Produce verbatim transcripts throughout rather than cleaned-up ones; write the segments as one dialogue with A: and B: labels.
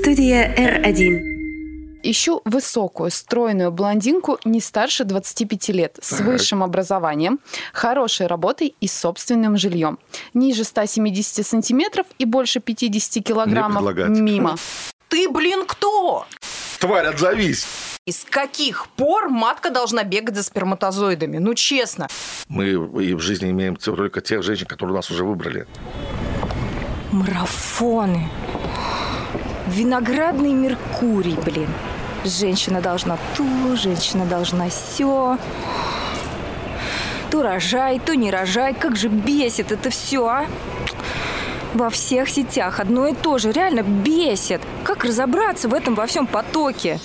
A: Студия эр один.
B: Ищу высокую, стройную блондинку не старше двадцати пяти лет, с высшим образованием, хорошей работой и собственным жильем. Ниже ста семидесяти сантиметров и больше пятидесяти килограммов мимо.
C: Ты, блин, кто?
D: Тварь, отзовись!
C: Из каких пор матка должна бегать за сперматозоидами? Ну, честно.
D: Мы и в жизни имеем только тех женщин, которые нас уже выбрали.
E: Марафоны. Виноградный Меркурий, блин. Женщина должна то, женщина должна сё. То рожай, то не рожай. Как же бесит это все, а? Во всех сетях одно и то же. Реально бесит. Как разобраться в этом во всем потоке?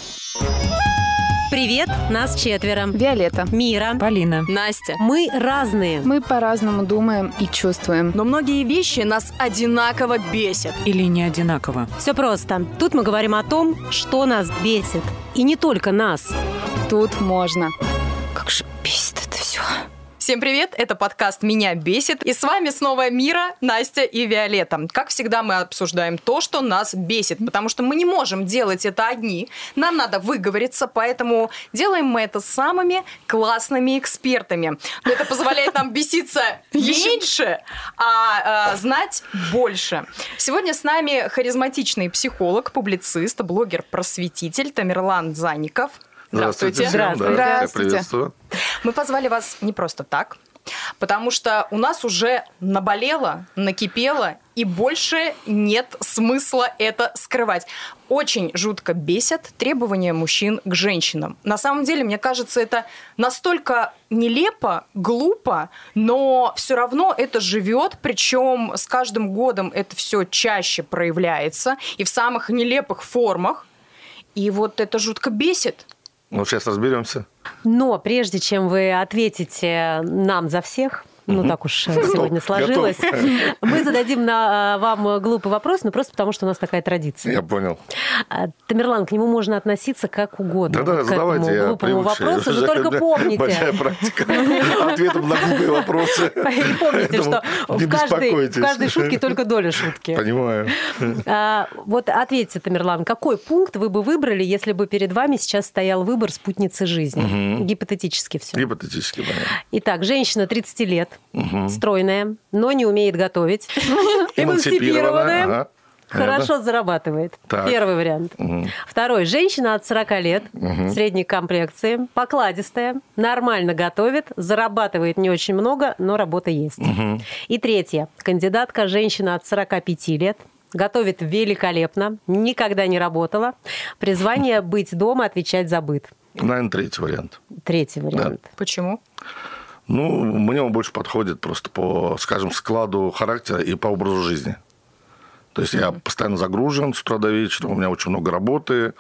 F: Привет, нас четверо.
B: Виолетта,
F: Мира,
G: Полина,
C: Настя.
F: мы разные.
B: мы по-разному думаем и чувствуем.
C: Но многие вещи нас одинаково бесят.
G: или не одинаково?
F: Все просто. Тут мы говорим о том, что нас бесит. И не только нас.
B: Тут можно.
E: Как же бесит это все.
C: Всем привет, это подкаст «Меня бесит». И с вами снова Мира, Настя и Виолетта. Как всегда, мы обсуждаем то, что нас бесит, потому что мы не можем делать это одни. Нам надо выговориться, поэтому делаем мы это с самыми классными экспертами. Но это позволяет нам беситься меньше, а, а знать больше. Сегодня с нами харизматичный психолог, публицист, блогер-просветитель Тамерлан Занников. Здравствуйте.
D: Здравствуйте.
B: Здравствуйте.
D: Приветствую.
C: Мы позвали вас не просто так, потому что у нас уже наболело, накипело, и больше нет смысла это скрывать. Очень жутко бесят требования мужчин к женщинам. На самом деле, мне кажется, это настолько нелепо, глупо, но все равно это живет, причем с каждым годом это все чаще проявляется и в самых нелепых формах. И вот это жутко бесит.
D: Ну, сейчас разберемся.
F: Но прежде чем вы ответите нам за всех, ну, так уж сегодня
D: Готов,
F: сложилось,
D: готов.
F: мы зададим на, вам глупый вопрос, ну, просто потому, что у нас такая традиция.
D: Я понял.
F: Тамерлан, к нему можно относиться как угодно.
D: Да-да,
F: к
D: задавайте,
F: этому
D: я
F: глупому
D: привыкший.
F: вопросу, же только помните.
D: Большая практика ответом на глупые вопросы.
F: Помните, что
D: не
F: в каждой, в
D: беспокойтесь.
F: каждой шутке только доля шутки.
D: Понимаю.
F: А, вот ответьте, Тамерлан, какой пункт вы бы выбрали, если бы перед вами сейчас стоял выбор спутницы жизни?
D: Угу.
F: Гипотетически все.
D: Гипотетически, понятно.
F: Итак, женщина тридцати лет,
D: Угу.
F: стройная, но не умеет готовить,
D: Эмансипированная. Ага.
F: хорошо зарабатывает.
D: Так.
F: Первый вариант.
D: Угу.
F: Второй. Женщина от сорока лет, средней комплекции, покладистая, нормально готовит, зарабатывает не очень много, но работа есть.
D: Угу.
F: И третье. Кандидатка женщина от сорока пяти лет, готовит великолепно, никогда не работала. Призвание быть дома, отвечать за быт.
D: Наверное, третий вариант.
F: Третий вариант.
C: Почему?
D: Ну, мне он больше подходит просто по, скажем, складу характера и по образу жизни. То есть я постоянно загружен с утра до вечера, у меня очень много работы.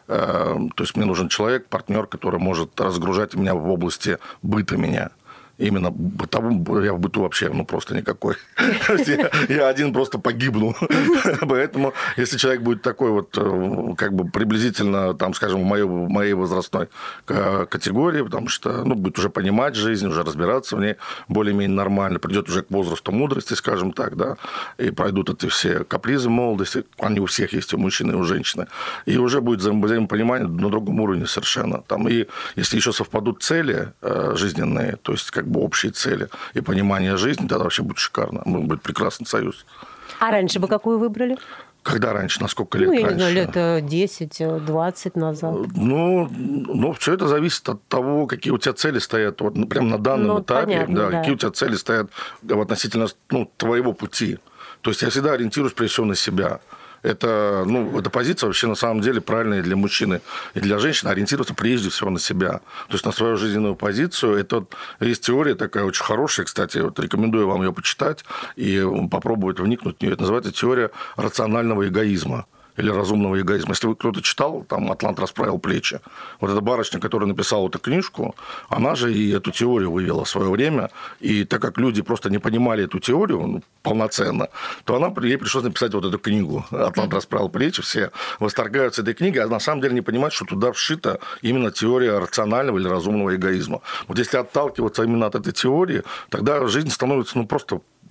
D: Э, то есть мне нужен человек, партнер, который может разгружать меня в области быта меня. Именно бытовым я в быту вообще ну, просто никакой. я, я один просто погибну. Поэтому, если человек будет такой вот, как бы приблизительно, там, скажем, в моей, в моей возрастной категории, потому что ну, будет уже понимать жизнь, уже разбираться в ней более-менее нормально, придет уже к возрасту мудрости, скажем так, да, и пройдут эти все капризы молодости, они у всех есть, и у мужчины, и у женщины, и уже будет взаимопонимание на другом уровне совершенно. Там, и если еще совпадут цели жизненные, то есть, как бы общие цели и понимание жизни, тогда вообще будет шикарно. Будет прекрасный союз.
F: А раньше бы какую выбрали?
D: Когда раньше? На сколько лет
F: Ну, я
D: раньше?
F: не знаю, лет десять-двадцать назад.
D: Ну, ну, все это зависит от того, какие у тебя цели стоят вот, ну, прямо на данном
F: Ну,
D: этапе.
F: понятно,
D: да,
F: да.
D: Какие у тебя цели стоят относительно ну, твоего пути. То есть я всегда ориентируюсь прежде всего на себя. Это, ну, эта позиция вообще на самом деле правильная и для мужчины, и для женщины ориентироваться прежде всего на себя. То есть на свою жизненную позицию. Это вот, есть теория такая очень хорошая, кстати, вот рекомендую вам ее почитать и попробовать вникнуть в нее. Это называется теория рационального эгоизма. Или разумного эгоизма. Если вы кто-то читал, там «Атлант расправил плечи», вот эта барышня, которая написала эту книжку, она же и эту теорию вывела в свое время, и так как люди просто не понимали эту теорию ну, полноценно, то она, ей пришлось написать вот эту книгу «Атлант расправил плечи», все восторгаются этой книгой, а на самом деле не понимают, что туда вшита именно теория рационального или разумного эгоизма. Вот если отталкиваться именно от этой теории, тогда жизнь становится ну, просто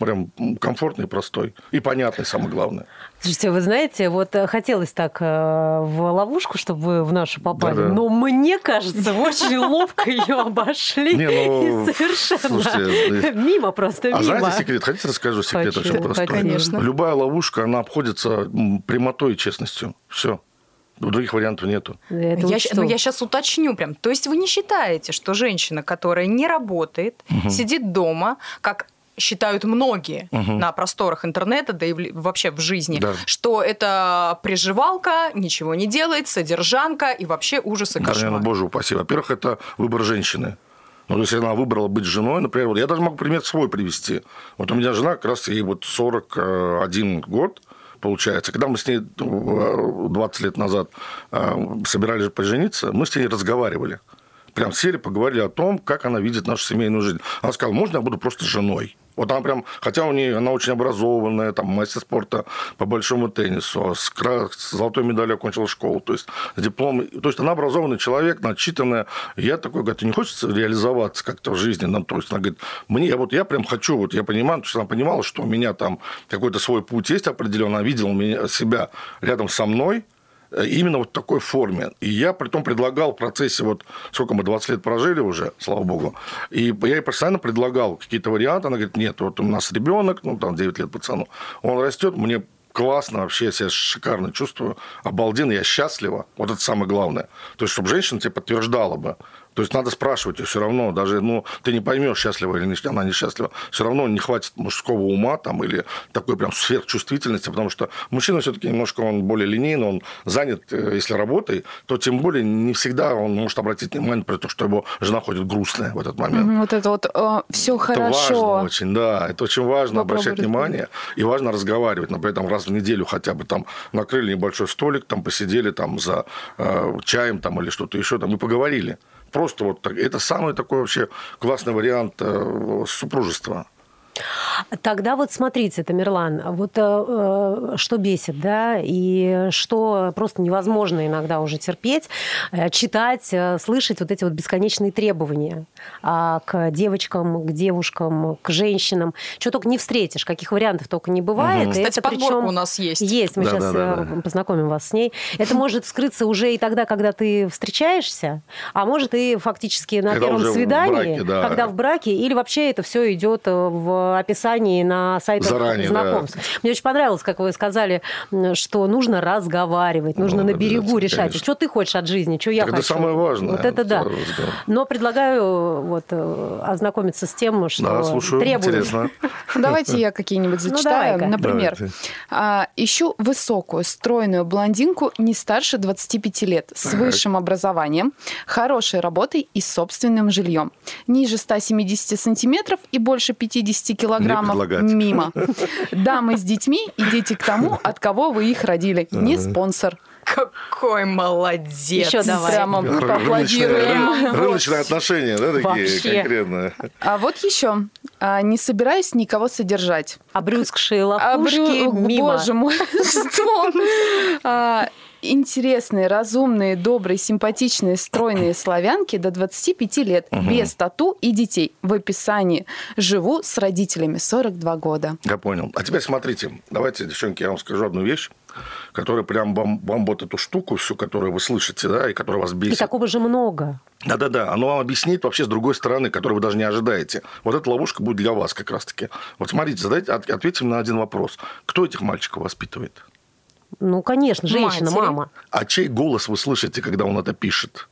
D: прям комфортный, простой и понятный, самое главное.
F: Слушайте, вы знаете, вот хотелось так э, в ловушку, чтобы вы в нашу попали,
D: Да-да.
F: но мне кажется, вы очень ловко ее обошли
D: Не, ну,
F: и совершенно
D: слушайте,
F: мимо просто, мимо.
D: А знаете секрет? Хотите, расскажу секрет
F: Хочу,
D: очень простой?
C: конечно.
D: Любая ловушка, она обходится м, прямотой и честностью. Все. Других вариантов нету.
F: Это
C: Я,
F: вот
C: щ-
F: что?
C: ну, я сейчас уточню прям. То есть вы не считаете, что женщина, которая не работает, сидит дома, как считают многие
D: Мгм.
C: на просторах интернета, да и в- вообще в жизни,
D: Да.
C: что это приживалка, ничего не делает, содержанка и вообще ужас и
D: Да,
C: кошмар.
D: ну, боже упаси. Во-первых, это выбор женщины. Ну, если она выбрала быть женой, например, вот я даже могу пример свой привести. Вот у меня жена, как раз ей вот сорок один год, получается. Когда мы с ней э, двадцать лет назад э, собирались пожениться, мы с ней разговаривали. Прям сели, поговорили о том, как она видит нашу семейную жизнь. Она сказала, можно я буду просто женой? Вот она прям, хотя у нее, она очень образованная, там, мастер спорта по большому теннису, с, кра- с золотой медалью окончила школу, то есть диплом, то есть она образованный человек, начитанная. Я такой, говорю, ты не хочется реализоваться как-то в жизни? Ну, то есть она говорит, мне, я вот я прям хочу, вот я понимаю, потому что она понимала, что у меня там какой-то свой путь есть определенный, она видела меня, себя рядом со мной, именно вот в такой форме. И я при том предлагал в процессе, вот сколько мы, двадцать лет прожили уже, слава богу, и я ей постоянно предлагал какие-то варианты. Она говорит, нет, вот у нас ребенок, ну, там, девять лет пацану, он растет, мне классно вообще, я себя шикарно чувствую, обалденно, я счастлива. Вот это самое главное. То есть, чтобы женщина тебе подтверждала бы. То есть, надо спрашивать ее все равно, даже, ну, ты не поймешь, счастлива или не, она несчастлива. Все равно не хватит мужского ума там, или такой прям сверхчувствительности, потому что мужчина все-таки немножко он более линейный, он занят, если работой, то тем более не всегда он может обратить внимание на то, что его жена ходит грустная в этот момент.
B: Мгм, Вот это вот э, все
D: Это
B: хорошо.
D: важно очень, да. Это очень важно
B: Попробуй
D: обращать внимание. И важно разговаривать. Например, там, раз в неделю хотя бы там накрыли небольшой столик, там посидели там, за э, чаем там, или что-то еще, там, и поговорили. Просто вот так. Это самый такой вообще классный вариант э, супружества.
F: Тогда вот смотрите, Тамерлан, вот э, что бесит, да, и что просто невозможно иногда уже терпеть, э, читать, э, слышать вот эти вот бесконечные требования э, к девочкам, к девушкам, к женщинам. Чего только не встретишь, каких вариантов только не бывает.
D: Угу.
F: И
C: Кстати,
F: это
C: подборка
F: причем
C: у нас есть.
F: Есть, мы
D: Да,
F: сейчас
D: да, да, да.
F: познакомим вас с ней. Это может вскрыться уже и тогда, когда ты встречаешься, а может и фактически на
D: Когда
F: первом
D: уже в
F: свидании,
D: браке, да.
F: когда в браке, или вообще это все идет в описании на сайтах
D: Заранее,
F: знакомств.
D: да.
F: Мне очень понравилось, как вы сказали, что нужно разговаривать, нужно
D: Ну,
F: на берегу
D: обязательно,
F: решать,
D: конечно.
F: что ты хочешь от жизни, что я
D: Так
F: хочу.
D: это самое важное.
F: Вот это да.
D: Сразу разговор.
F: Но предлагаю вот, э, ознакомиться с тем, что
D: Да, слушаю,
F: требует.
D: интересно.
B: Ну, давайте я какие-нибудь
F: Ну,
B: зачитаю.
F: давай-ка.
B: Например,
D: Давайте.
B: а, ищу высокую, стройную блондинку не старше двадцати пяти лет, с
D: Так.
B: высшим образованием, хорошей работой и собственным жильем. Ниже ста семидесяти сантиметров и больше пятидесяти килограммов
D: предлагать.
B: мимо. Дамы с детьми и дети к тому, от кого вы их родили. Не спонсор.
C: Какой молодец.
F: Еще давай.
B: Прямо
D: Рыночные,
B: поаплодируем.
D: ры- рыночные отношения, да, такие
F: Вообще.
D: конкретные.
B: А вот еще. А, не собираюсь никого содержать.
F: Обрюзгшие
B: А,
F: лохушки
B: брю-
F: мимо.
B: Боже мой, что? А, Интересные, разумные, добрые, симпатичные, стройные славянки до двадцати пяти лет, без тату и детей. В описании. Живу с родителями, сорок два года.
D: Я понял. А теперь смотрите, давайте, девчонки, я вам скажу одну вещь, которая прям вам, вам вот эту штуку всю, которую вы слышите, да, и которая вас
F: И
D: бесит.
F: такого же много.
D: Да-да-да, оно вам объяснит вообще с другой стороны, которую вы даже не ожидаете. Вот эта ловушка будет для вас как раз-таки. Вот смотрите, задайте, от- ответьте на один вопрос. Кто этих мальчиков воспитывает?
F: Ну, конечно, женщина,
C: Матери.
F: мама.
D: А чей голос вы слышите, когда он это пишет?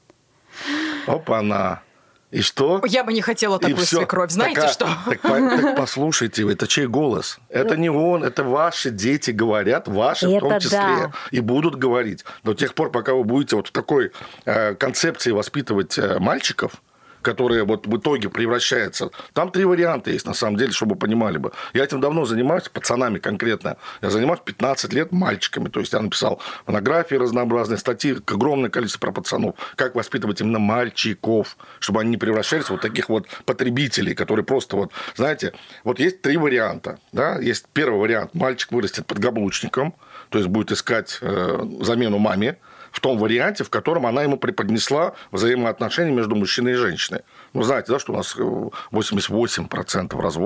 D: Опа-на. И что?
C: Я бы не хотела
D: И
C: такую
D: всё.
C: свекровь. Знаете
D: Так, а-
C: что?
D: Так, по- так послушайте, это чей голос? Это не он, это ваши дети говорят, ваши в том
F: Это
D: числе.
F: да.
D: И будут говорить. До тех пор, пока вы будете вот в такой э, концепции воспитывать э, мальчиков, которые вот в итоге превращаются... Там три варианта есть, на самом деле, чтобы вы понимали бы. Я этим давно занимаюсь, пацанами конкретно. Я занимаюсь пятнадцать лет мальчиками. То есть, я написал монографии разнообразные, статьи, огромное количество про пацанов. Как воспитывать именно мальчиков, чтобы они не превращались в вот таких вот потребителей, которые просто вот... Знаете, вот есть три варианта. Да? Есть первый вариант. Мальчик вырастет подкаблучником, то есть, будет искать э, замену маме, в том варианте, в котором она ему преподнесла взаимоотношения между мужчиной и женщиной. Ну, знаете, да, что у нас восемьдесят восемь процентов разводов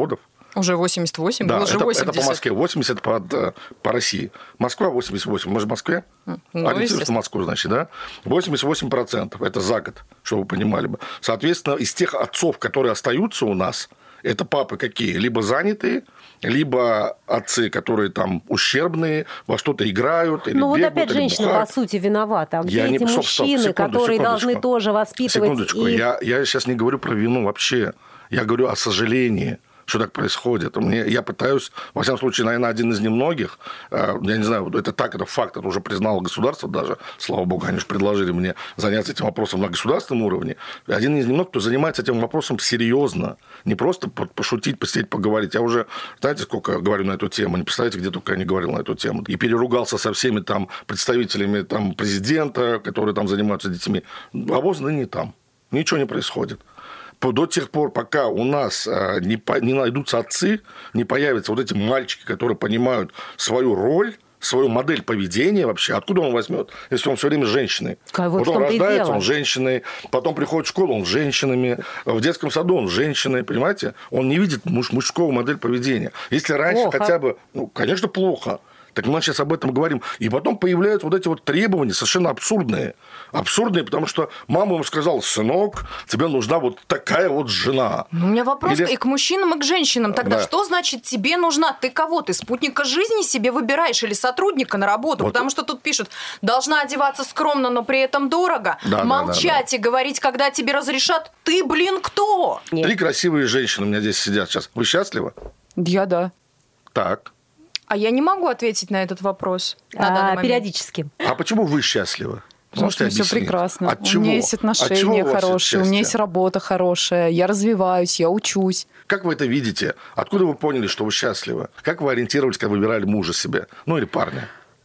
C: Уже восемьдесят восемь,
D: Да,
C: было же
D: это,
C: восемьдесят.
D: это по Москве, восемьдесят по, по России. Москва восемьдесят восемь. Мы же в Москве?
C: Ну,
D: Ориентируемся в Москву, значит, да? восемьдесят восемь процентов. Это за год, чтобы вы понимали бы. Соответственно, из тех отцов, которые остаются у нас, это папы какие? Либо занятые, либо отцы, которые там ущербные, во что-то играют, или
F: Ну
D: бегают,
F: вот опять
D: или
F: женщина,
D: бухают.
F: по сути, виновата. А где
D: Я
F: эти
D: не- стоп, стоп,
F: мужчины,
D: секунду,
F: которые
D: секундочку.
F: должны тоже воспитывать?
D: Секундочку,
F: и-
D: я, я сейчас не говорю про вину вообще. Я говорю о сожалении, что так происходит. Мне, я пытаюсь, во всяком случае, наверное, один из немногих, э, я не знаю, это так, это факт, это уже признало государство даже, слава богу, они же предложили мне заняться этим вопросом на государственном уровне. Один из немногих, кто занимается этим вопросом серьезно, не просто пошутить, посидеть, поговорить. Я уже, знаете, сколько говорю на эту тему, не представляете, где только я не говорил на эту тему. И переругался со всеми там представителями там, президента, которые там занимаются детьми. А вот ныне там. Ничего не происходит. До тех пор, пока у нас не, по, не найдутся отцы, не появятся вот эти мальчики, которые понимают свою роль, свою модель поведения вообще, откуда он возьмет, если он все время с женщиной?
F: А вот
D: вот
F: в
D: он
F: том-то и
D: рождается,
F: дело.
D: он с женщиной, потом приходит в школу, он с женщинами, в детском саду он с женщиной, понимаете? Он не видит муж, мужского модель поведения. Если раньше
F: Плохо.
D: хотя бы, ну, конечно, плохо. Так мы сейчас об этом говорим. И потом появляются вот эти вот требования совершенно абсурдные. Абсурдные, потому что мама ему сказала: сынок, тебе нужна вот такая вот жена.
C: Ну, у меня вопрос
D: Или-
C: и к мужчинам, и к женщинам. Тогда
D: Да.
C: что значит тебе нужна? Ты кого? Ты спутника жизни себе выбираешь или сотрудника на работу?
D: Вот.
C: Потому что тут пишут, должна одеваться скромно, но при этом дорого.
D: Да, да,
C: Молчать и говорить, когда тебе разрешат. Ты, блин, кто?
F: Нет.
D: Три красивые женщины у меня здесь сидят сейчас. Вы счастливы?
B: Я да.
D: Так.
C: А я не могу ответить на этот вопрос на
F: А,
C: данный момент.
F: периодически.
D: А почему вы счастливы?
B: Потому что
D: Можете
B: все
D: объяснить?
B: прекрасно.
D: От
B: У
D: чего?
B: меня есть
D: От чего
B: отношения
D: у вас это
B: хорошие, у меня
D: счастье?
B: есть работа хорошая, я развиваюсь, я учусь.
D: Как вы это видите? Откуда вы поняли, что вы счастливы? Как вы ориентировались, когда выбирали мужа себе? Ну, или парня?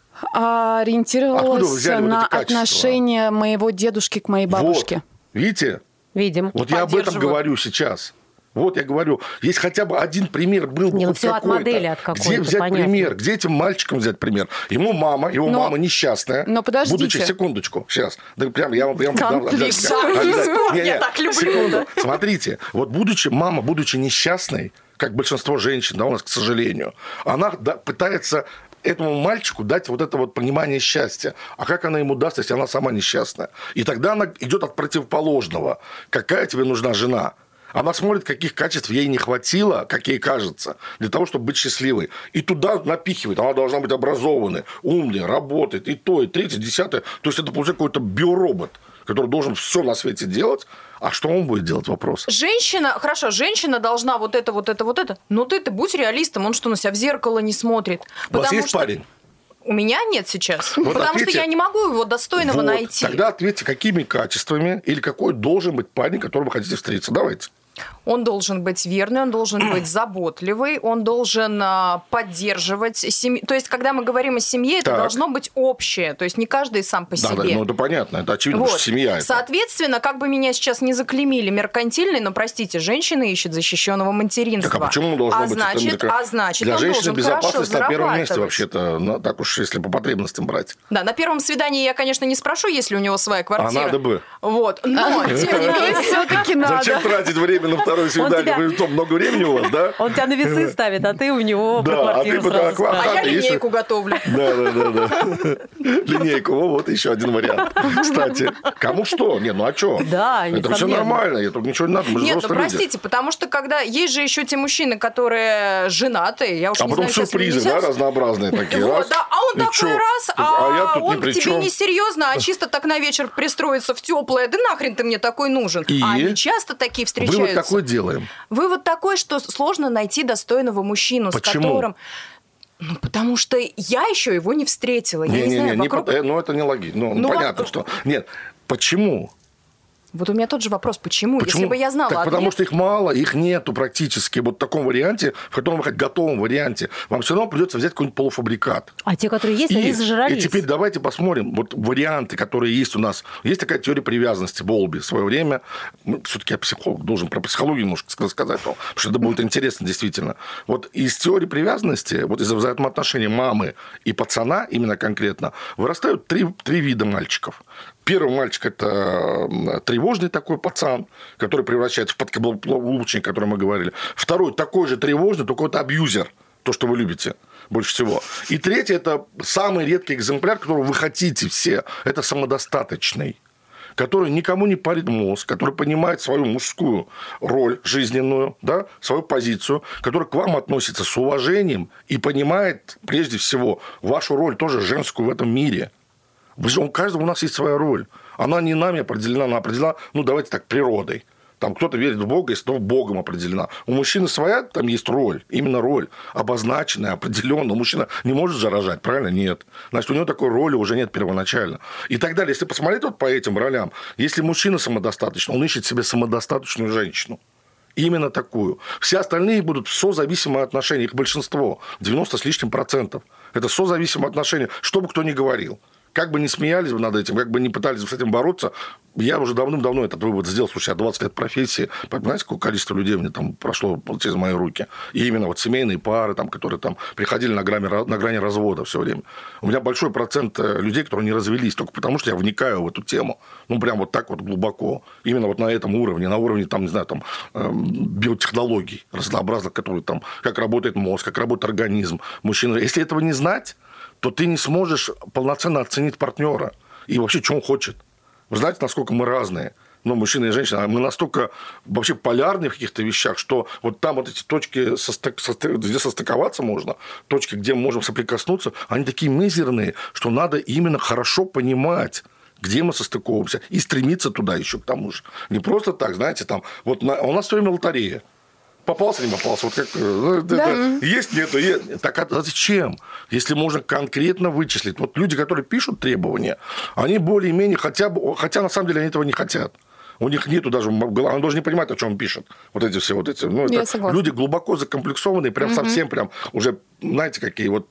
B: А
D: Откуда вы
B: ориентировалась
D: взяли вот
B: на
D: эти качества?
B: отношения моего дедушки к моей бабушке.
D: Вот. Видите?
F: Видим.
D: Вот я об этом
C: Поддерживаю.
D: говорю сейчас. Вот я говорю, есть хотя бы один пример был бы
F: Не, ну
D: хоть
F: всё от
D: какой-то.
F: модели, от какой-то,
D: Где взять
F: понятно.
D: пример? Где этим мальчикам взять пример? Ему мама, его
B: Но-
D: мама несчастная.
B: но подождите.
D: Будучи, секундочку, сейчас. Да прям я вам... Я вам дам-
B: Конфликт.
D: дам- дам- дам-
C: Я
D: Не, не,
C: так люблю
D: секунду.
C: это.
D: Смотрите, вот будучи мама, будучи несчастной, как большинство женщин, да, у нас, к сожалению, она да, пытается этому мальчику дать вот это вот понимание счастья. А как она ему даст, если она сама несчастная? И тогда она идет от противоположного. Какая тебе нужна жена? Она смотрит, каких качеств ей не хватило, как ей кажется, для того, чтобы быть счастливой. И туда напихивает. Она должна быть образованной, умной, работает, и то, и третье, десятое. То есть это получается какой-то биоробот, который должен все на свете делать. А что он будет делать? Вопрос.
C: Женщина, хорошо, женщина должна вот это, вот это, вот это. Но ты-то будь реалистом, он что, на себя в зеркало не смотрит?
D: У вас
C: Потому
D: есть
C: что
D: парень?
C: У меня нет сейчас.
D: Вот
C: потому
D: ответьте.
C: что я не могу его достойного
D: Вот.
C: найти.
D: Тогда ответьте, какими качествами или какой должен быть парень, которым вы хотите встретиться. Давайте.
C: Он должен быть верный, он должен быть заботливый, он должен а, поддерживать семью. То есть, когда мы говорим о семье, это
D: Так.
C: должно быть общее. То есть, не каждый сам по
D: Да, да,
C: себе.
D: ну это понятно, это очевидно,
C: Вот.
D: что семья. Это.
C: Соответственно, как бы меня сейчас не заклеймили меркантильной, но, простите, женщина ищет защищенного материнства.
D: Так а почему он должен
C: а
D: быть?
C: Значит,
D: Это
C: а значит,
D: для
C: он
D: женщины
C: должен хорошо
D: безопасность на первом месте
C: зарабатывать.
D: вообще-то, ну, так уж если по потребностям брать.
C: Да, на первом свидании я, конечно, не спрошу, есть ли у него своя квартира.
D: А надо бы.
C: Вот, но, тем не менее...
B: Все-таки надо.
D: Зачем тратить время на второе свидание?
F: тебя-
D: Вы что, много времени у вас, да?
F: Он тебя на весы ставит, а ты у него про
D: Да, а
F: квартиру
D: ты
F: сразу
D: потом-
C: А я
D: Ладно, если-
C: линейку готовлю.
D: Да, да, да, да. Линейку. О, вот еще один вариант. Кстати, кому что? Не, ну а что?
F: Да,
D: Это все
F: несомненно.
D: нормально, это ничего не надо, мы же
C: Нет, ну
D: взрослые люди.
C: простите, потому что когда есть же еще те мужчины, которые женатые, я уж
D: А
C: не
D: потом
C: знаю, сейчас ли
D: сюрпризы,
C: нельзя.
D: да, разнообразные такие.
C: Вот,
D: раз.
C: да, а он
D: И
C: такой
D: чё?
C: раз,
D: Так,
C: а,
D: я тут ни
C: он
D: при
C: к тебе
D: чём.
C: не серьезно, а чисто так на вечер пристроиться в теплое. Да нахрен ты мне такой нужен?
D: И?
C: А они часто такие встречаются.
D: Вывод какой делаем?
C: Вывод такой, что сложно найти достойного мужчину,
D: Почему?
C: с которым... Ну, потому что я еще его не встретила. Я не,
D: Не-не-не,
C: знаю,
D: не
C: вокруг...
D: по- э, ну это не логично. Ну,
C: Ну,
D: понятно,
C: вот-
D: что... Нет, почему?
C: Вот у меня тот же вопрос, почему?
D: Почему?
C: Если бы я знала
D: Так
C: ответ-
D: потому что их мало, их нету практически. Вот в таком варианте, в котором вы хотите готовом варианте, вам все равно придется взять какой-нибудь полуфабрикат.
F: А те, которые есть, они
D: И,
F: зажрались.
D: и теперь давайте посмотрим вот варианты, которые есть у нас. Есть такая теория привязанности Болби в свое время. Ну, все-таки я психолог, должен про психологию немножко сказать, потому что это будет интересно действительно. Вот из теории привязанности, вот из взаимоотношений мамы и пацана, именно конкретно, вырастают три, три вида мальчиков. Первый мальчик – это тревожный такой пацан, который превращается в подкаблучник, о котором мы говорили. Второй – такой же тревожный, только это абьюзер, то, что вы любите больше всего. И третий – это самый редкий экземпляр, которого вы хотите все. Это самодостаточный, который никому не парит мозг, который понимает свою мужскую роль жизненную, да, свою позицию, который к вам относится с уважением и понимает, прежде всего, вашу роль тоже женскую в этом мире. У каждого у нас есть своя роль. Она не нами определена, она определена, ну, давайте так, природой. Там кто-то верит в Бога, если то Богом определена. У мужчины своя там есть роль, именно роль, обозначенная, определенная. Мужчина не может же рожать, правильно? Нет. Значит, у него такой роли уже нет первоначально. И так далее. Если посмотреть вот по этим ролям, если мужчина самодостаточный, он ищет себе самодостаточную женщину. Именно такую. Все остальные будут созависимые отношения. Их большинство, девяносто с лишним процентов. Это созависимые отношения, что бы кто ни говорил. Как бы ни смеялись бы над этим, как бы ни пытались с этим бороться, я уже давным-давно этот вывод сделал. Слушай, я двадцать лет профессии, понимаете, какое количество людей мне там прошло через мои руки. И именно вот семейные пары, там, которые там приходили на грани, на грани развода все время. У меня большой процент людей, которые не развелись, только потому что я вникаю в эту тему. Ну, прям вот так вот глубоко. Именно вот на этом уровне, на уровне, там, не знаю, там, биотехнологий разнообразных, которые там, как работает мозг, как работает организм мужчины. Если этого не знать, то ты не сможешь полноценно оценить партнера и вообще, что он хочет. Вы знаете, насколько мы разные, ну, мужчина и женщина, мы настолько вообще полярны в каких-то вещах, что вот там вот эти точки, состык, состык, где состыковаться можно, точки, где мы можем соприкоснуться, они такие мизерные, что надо именно хорошо понимать, где мы состыковываемся, и стремиться туда еще к тому же. Не просто так, знаете, там, вот на, у нас все время лотерея. Попался, не попался. Вот как, да. Есть, нету, есть. Так а зачем? Если можно конкретно вычислить. Вот люди, которые пишут требования, они более-менее хотя бы... Хотя, на самом деле, они этого не хотят. У них нету даже... Он должен не понимать, о чем он пишет. Вот эти все вот эти... Ну, это люди глубоко закомплексованные, прям угу. совсем прям уже, знаете, какие вот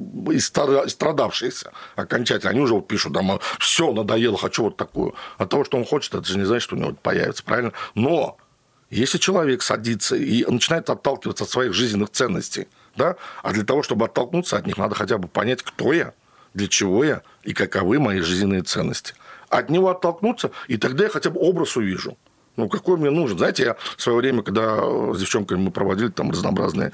D: истрадавшиеся окончательно. Они уже вот пишут, да, все, надоело, хочу вот такую. От того, что он хочет, это же не значит, что у него это появится, правильно? Но... Если человек садится и начинает отталкиваться от своих жизненных ценностей, да, а для того, чтобы оттолкнуться от них, надо хотя бы понять, кто я, для чего я и каковы мои жизненные ценности. От него оттолкнуться, и тогда я хотя бы образ увижу. Ну, какой мне нужен? Знаете, я в свое время, когда с девчонками мы проводили там разнообразные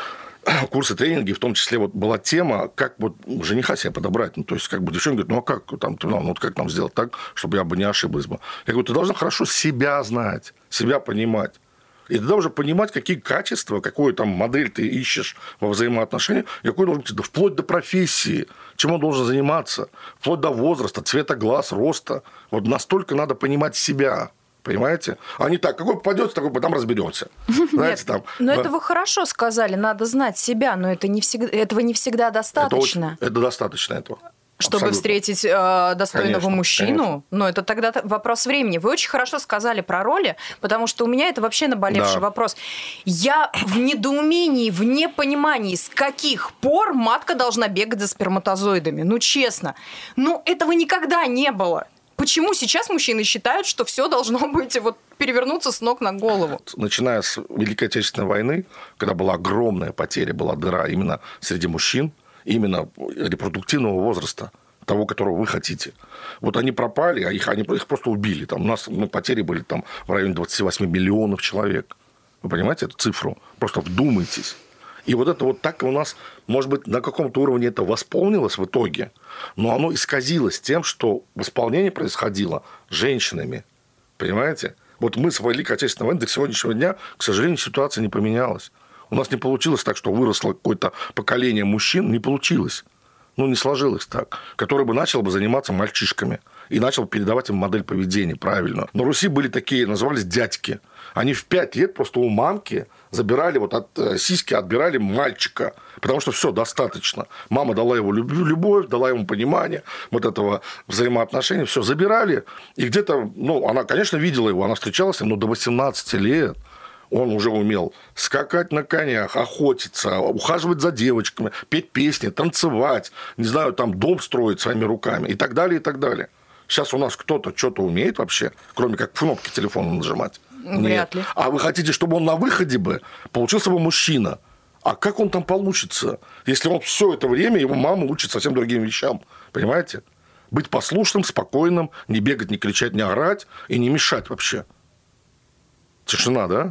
D: курсы, тренинги, в том числе вот была тема, как вот жениха себе подобрать. Ну, то есть, как бы девчонка говорит, ну, а как там, ну, вот как нам сделать так, чтобы я бы не ошиблась бы. Я говорю, ты должна хорошо себя знать, себя понимать. И тогда уже понимать, какие качества, какую там модель ты ищешь во взаимоотношениях, и какой должен быть, да, вплоть до профессии, чем он должен заниматься, вплоть до возраста, цвета глаз, роста. Вот настолько надо понимать себя. Понимаете? А не так, какой попадется, такой потом разберемся. Знаете, там,
C: но
D: да.
C: это вы хорошо сказали, надо знать себя, но это не всегда, этого не всегда достаточно.
D: Это, очень, это достаточно этого.
C: Чтобы
D: Абсолютно.
C: встретить э, достойного
D: конечно,
C: мужчину,
D: конечно.
C: Но это тогда вопрос времени. Вы очень хорошо сказали про роли, потому что у меня это вообще наболевший да. вопрос. Я в недоумении, в непонимании, с каких пор матка должна бегать за сперматозоидами. Ну, честно. Ну, этого никогда не было. Почему сейчас мужчины считают, что все должно быть вот перевернуться с ног на голову?
D: Начиная с Великой Отечественной войны, когда была огромная потеря, была дыра именно среди мужчин, именно репродуктивного возраста, того, которого вы хотите. Вот они пропали, а их, они, их просто убили. Там, у нас ну, потери были там, в районе двадцать восемь миллионов человек. Вы понимаете эту цифру? Просто вдумайтесь. И вот это вот так у нас, может быть, на каком-то уровне это восполнилось в итоге, но оно исказилось тем, что восполнение происходило женщинами. Понимаете? Вот мы с Великой Отечественной войны до сегодняшнего дня, к сожалению, ситуация не поменялась. У нас не получилось так, что выросло какое-то поколение мужчин, не получилось. Ну, не сложилось так. Которое бы начало бы заниматься мальчишками и начал передавать им модель поведения правильно. На Руси были такие, назывались дядьки. Они в пять лет просто у мамки забирали, вот от сиськи отбирали мальчика, потому что все достаточно. Мама дала ему любовь, дала ему понимание вот этого взаимоотношения, все забирали. И где-то, ну, она, конечно, видела его, она встречалась с ним, но до восемнадцати лет он уже умел скакать на конях, охотиться, ухаживать за девочками, петь песни, танцевать, не знаю, там дом строить своими руками и так далее, и так далее. Сейчас у нас кто-то что-то умеет вообще, кроме как кнопки телефона нажимать?
C: Вряд ли.
D: А вы хотите, чтобы он на выходе бы получился бы мужчина? А как он там получится, если он все это время, его мама учит совсем другим вещам? Понимаете? Быть послушным, спокойным, не бегать, не кричать, не орать и не мешать вообще. Тишина, да?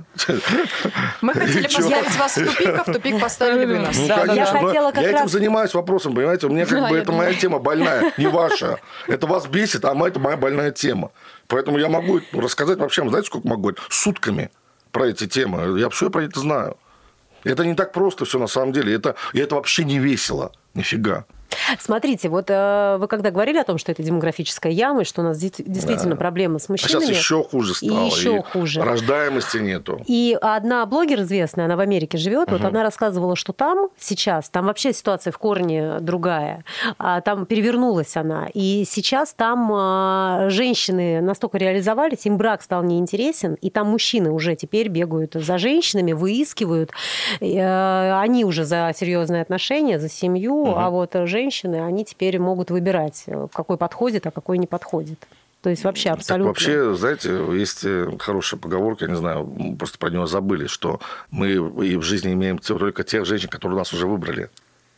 C: Мы хотели поставить вас в тупик, а в тупик поставили вы нас.
D: Ну,
C: Да,
D: конечно,
C: да,
F: я
C: да.
F: хотела как
D: я
F: раз-
D: этим занимаюсь вопросом, понимаете? У меня как
B: Да,
D: бы
B: я
D: это моя
B: понимаю.
D: тема больная, не ваша. Это вас бесит, а это моя больная тема. Поэтому я могу рассказать вообще, знаете, сколько могу? Сутками про эти темы. Я все про это знаю. Это не так просто все на самом деле. Это, и это вообще не весело. Нифига.
F: Смотрите, вот э, вы когда говорили о том, что это демографическая яма, и что у нас дес- действительно
D: Да.
F: проблемы с
D: А
F: мужчинами.
D: сейчас еще хуже
F: И
D: стало.
F: еще хуже.
D: Рождаемости нету.
F: И одна блогер известная, она в Америке живет, вот она рассказывала, что там сейчас, там вообще ситуация в корне другая. А там перевернулась она. И сейчас там а, женщины настолько реализовались, им брак стал неинтересен, и там мужчины уже теперь бегают за женщинами, выискивают. И, а, они уже за серьезные отношения, за семью,
D: Мгм.
F: а вот женщины, они теперь могут выбирать, какой подходит, а какой не подходит. То есть вообще абсолютно...
D: Так вообще, знаете, есть хорошая поговорка, я не знаю, мы просто про нее забыли, что мы и в жизни имеем только тех женщин, которые нас уже выбрали.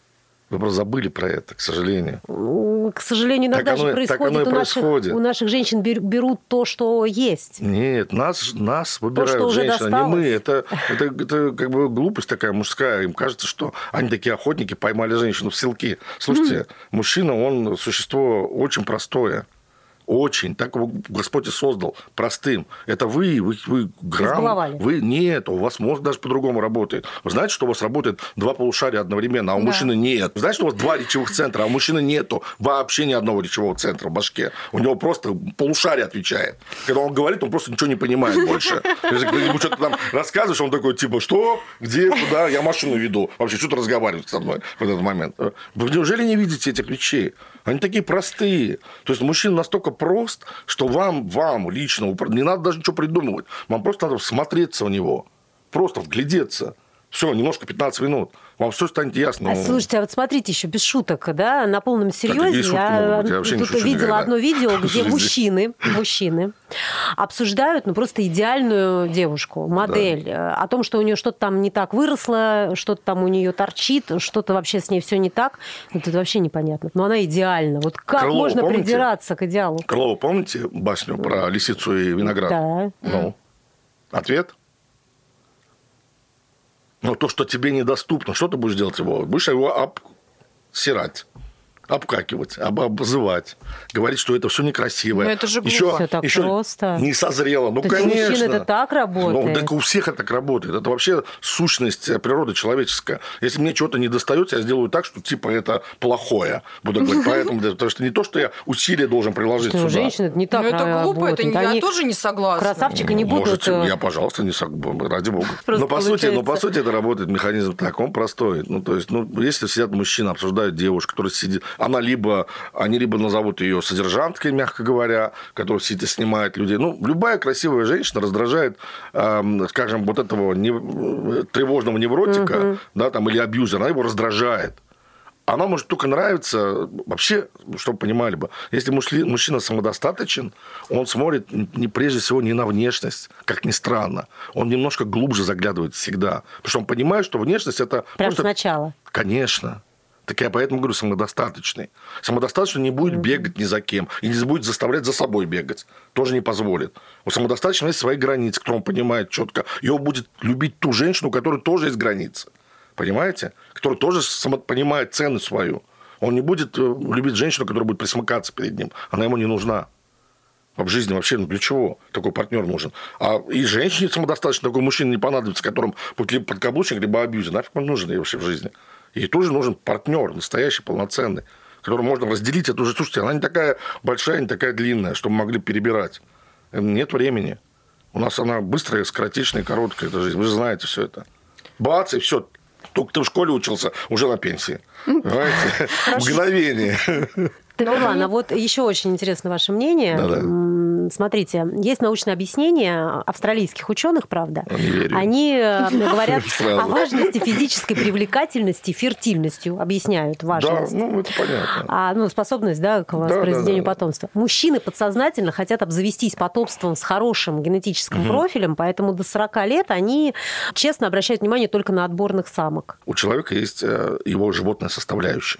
D: Вы просто забыли про это, к сожалению.
F: К сожалению, иногда
D: Так оно-
F: же происходит,
D: так оно и
F: у, наших,
D: происходит.
F: у наших женщин бер- берут то, что есть.
D: Нет, нас, нас
F: что
D: выбирают
F: уже
D: женщины, не
F: досталось.
D: мы. Это, это, это как бы глупость такая мужская. Им кажется, что они такие охотники, поймали женщину в селки. Слушайте, мужчина, он существо очень простое. Очень. Так его Господь и создал. Простым. Это вы, вы, вы грамм.
F: Избаловали.
D: Вы нет, у вас мозг даже по-другому работает. Вы знаете, что у вас работает два полушария одновременно, а у
B: Да.
D: мужчины нет. Вы знаете, что у вас два речевых центра, а у мужчины нету вообще ни одного речевого центра в башке. У него просто полушарие отвечает. Когда он говорит, он просто ничего не понимает больше. Если ты ему что-то там рассказываешь, он такой, типа, что? Где? Куда? Я машину веду. Вообще, что-то разговаривает со мной в этот момент. Вы неужели не видите этих вещей? Они такие простые. То есть, мужчина настолько прост, что вам, вам лично, не надо даже ничего придумывать. Вам просто надо всмотреться в него. Просто вглядеться. Все, немножко пятнадцать минут. Вам все станет ясно.
F: А, слушайте, а вот смотрите, еще без шуток, да, на полном серьезе.
D: какие шутки могут быть? Я вообще не
F: тут
D: шучу
F: видела
D: никогда.
F: одно видео,
D: В
F: где
D: жизни.
F: мужчины, мужчины обсуждают, ну, просто идеальную девушку, модель, о том, что у нее что-то там не так выросло, что-то там у нее торчит, что-то вообще с ней все не так. Вот это вообще непонятно. Но она идеальна. Вот как
D: Крылова
F: можно
D: помните?
F: придираться к идеалу?
D: Крылова, помните басню про лисицу и виноград?
F: Да.
D: Ну, ответ? Но то, что тебе недоступно, что ты будешь делать его? Будешь его обсирать, обкакивать, об- обзывать, говорить, что это все некрасивое.
C: Но это же глупо.
D: еще,
F: Всё так
D: еще
F: просто.
D: не созрело. Ну,
F: То есть у
D: конечно.
F: мужчин это так работает?
D: Ну, так у всех это так работает. Это вообще сущность природы человеческая. Если мне чего-то не достается, я сделаю так, что типа это плохое. Буду говорить. Поэтому, потому что не то, что я усилия должен приложить
F: Что,
D: сюда.
F: женщины это не так
C: Ну, это глупо, это
F: работают.
C: не- я
F: Они
C: тоже не согласна.
F: красавчика не будут...
D: Можете,
F: э,
D: я, пожалуйста, не сог- ради бога.
F: Просто
D: Но по сути, но по
F: получается.
D: сути это работает механизм так, он простой. Ну, то есть, ну, если сидят мужчины, обсуждают девушку, которая сидит, она либо, они либо назовут ее содержанткой, мягко говоря, которая сидит и снимает людей. Ну, любая красивая женщина раздражает, эм, скажем, вот этого не- тревожного невротика, да, там, или абьюзера, она его раздражает. Она может только нравиться, вообще, чтобы понимали бы, если мужли- мужчина самодостаточен, он смотрит не, прежде всего не на внешность, как ни странно. Он немножко глубже заглядывает всегда. Потому что он понимает, что внешность – это
F: Прям
D: просто...
F: сначала.
D: Конечно. Так я поэтому говорю самодостаточный. Самодостаточный не будет бегать ни за кем. И не будет заставлять за собой бегать. Тоже не позволит. У самодостаточного есть свои границы, которые он понимает четко. И он будет любить ту женщину, у которой тоже есть границы. Понимаете? Которая тоже само- понимает цену свою. Он не будет э, любить женщину, которая будет присмыкаться перед ним. Она ему не нужна. В жизни вообще, ну для чего такой партнер нужен? А и женщине самодостаточно такой мужчина не понадобится, которым будет либо подкаблучник, либо абьюзер. Нафиг он нужен ей вообще в жизни? Ей тоже нужен партнер, настоящий, полноценный, которым можно разделить эту же. Слушайте, она не такая большая, не такая длинная, чтобы могли перебирать. Нет времени. У нас она быстрая, скоротечная, короткая, эта жизнь. Вы же знаете все это. Бац, и все. Только ты в школе учился, уже на пенсии. Понимаете? Мгновение.
F: Так, ладно, вот еще очень интересно ваше мнение.
D: Да-да.
F: М, Смотрите, есть научное объяснение австралийских ученых, правда.
D: Не верю.
F: Они э, говорят
D: Сразу.
F: о важности физической привлекательности, фертильностью, объясняют
D: Да,
F: важность.
D: ну это понятно.
F: А, ну, способность, да, к воспроизведению
D: да, да.
F: потомства. Мужчины подсознательно хотят обзавестись потомством с хорошим генетическим профилем, поэтому до сорока лет они честно обращают внимание только на отборных самок.
D: У человека есть э, его животная составляющая.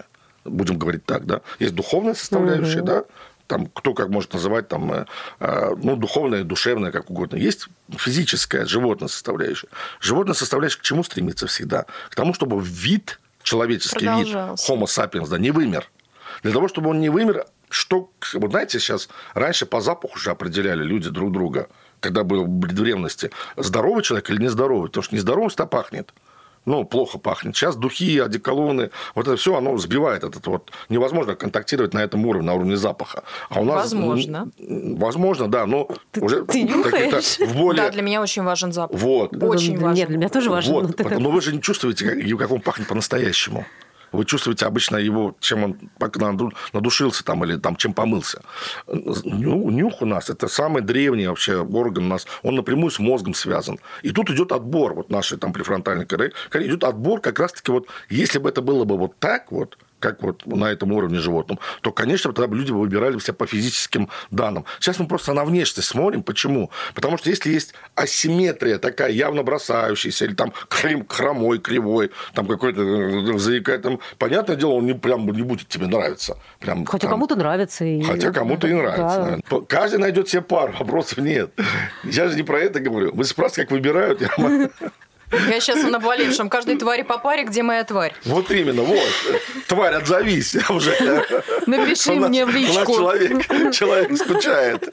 D: будем говорить так, да. Есть духовная составляющая, mm-hmm. да, там, кто как может называть, там, э, ну, духовная, душевная, как угодно. Есть физическая, животная составляющая. Животная составляющая к чему стремится всегда? К тому, чтобы вид, человеческий вид, Homo sapiens, да, не вымер. Для того, чтобы он не вымер, что, вот знаете, сейчас раньше по запаху уже определяли люди друг друга, когда было в древности, здоровый человек или нездоровый, потому что нездоровым всегда пахнет. Ну, плохо пахнет. Сейчас духи, одеколоны, вот это все, оно сбивает этот вот. Невозможно контактировать на этом уровне, на уровне запаха. А у нас,
C: возможно.
D: Возможно, да, но
E: ты,
D: уже
E: ты нюхаешь?
D: В более...
C: Да, для меня очень важен запах.
D: Вот.
C: Очень
F: да,
C: важен.
F: Нет, для меня тоже важен.
D: Вот. Но, но вы же не чувствуете, как, как он пахнет по-настоящему. Вы чувствуете обычно его, чем он надушился там, или там, чем помылся. Нюх у нас – это самый древний вообще орган у нас. Он напрямую с мозгом связан. И тут идет отбор. Вот нашей там префронтальной коре идет отбор как раз-таки вот, если бы это было бы вот так вот, как вот на этом уровне животном, то, конечно, тогда бы люди выбирали себя по физическим данным. Сейчас мы просто на внешность смотрим. Почему? Потому что если есть асимметрия такая, явно бросающаяся, или там хромой, кривой, там какой-то заикай, там, понятное дело, он не, прям не будет тебе нравиться. Прям,
F: хотя
D: там,
F: кому-то нравится. И...
D: Хотя кому-то и нравится. Да. Каждый найдет себе пару, вопросов нет. Я же не про это говорю. Вы спрашиваете, как выбирают.
C: Я сейчас на наболевшем. Каждой твари по паре, где моя тварь?
D: Вот именно, вот. Тварь, отзовись уже.
B: Напиши мне в личку.
D: У нас человек, человек скучает.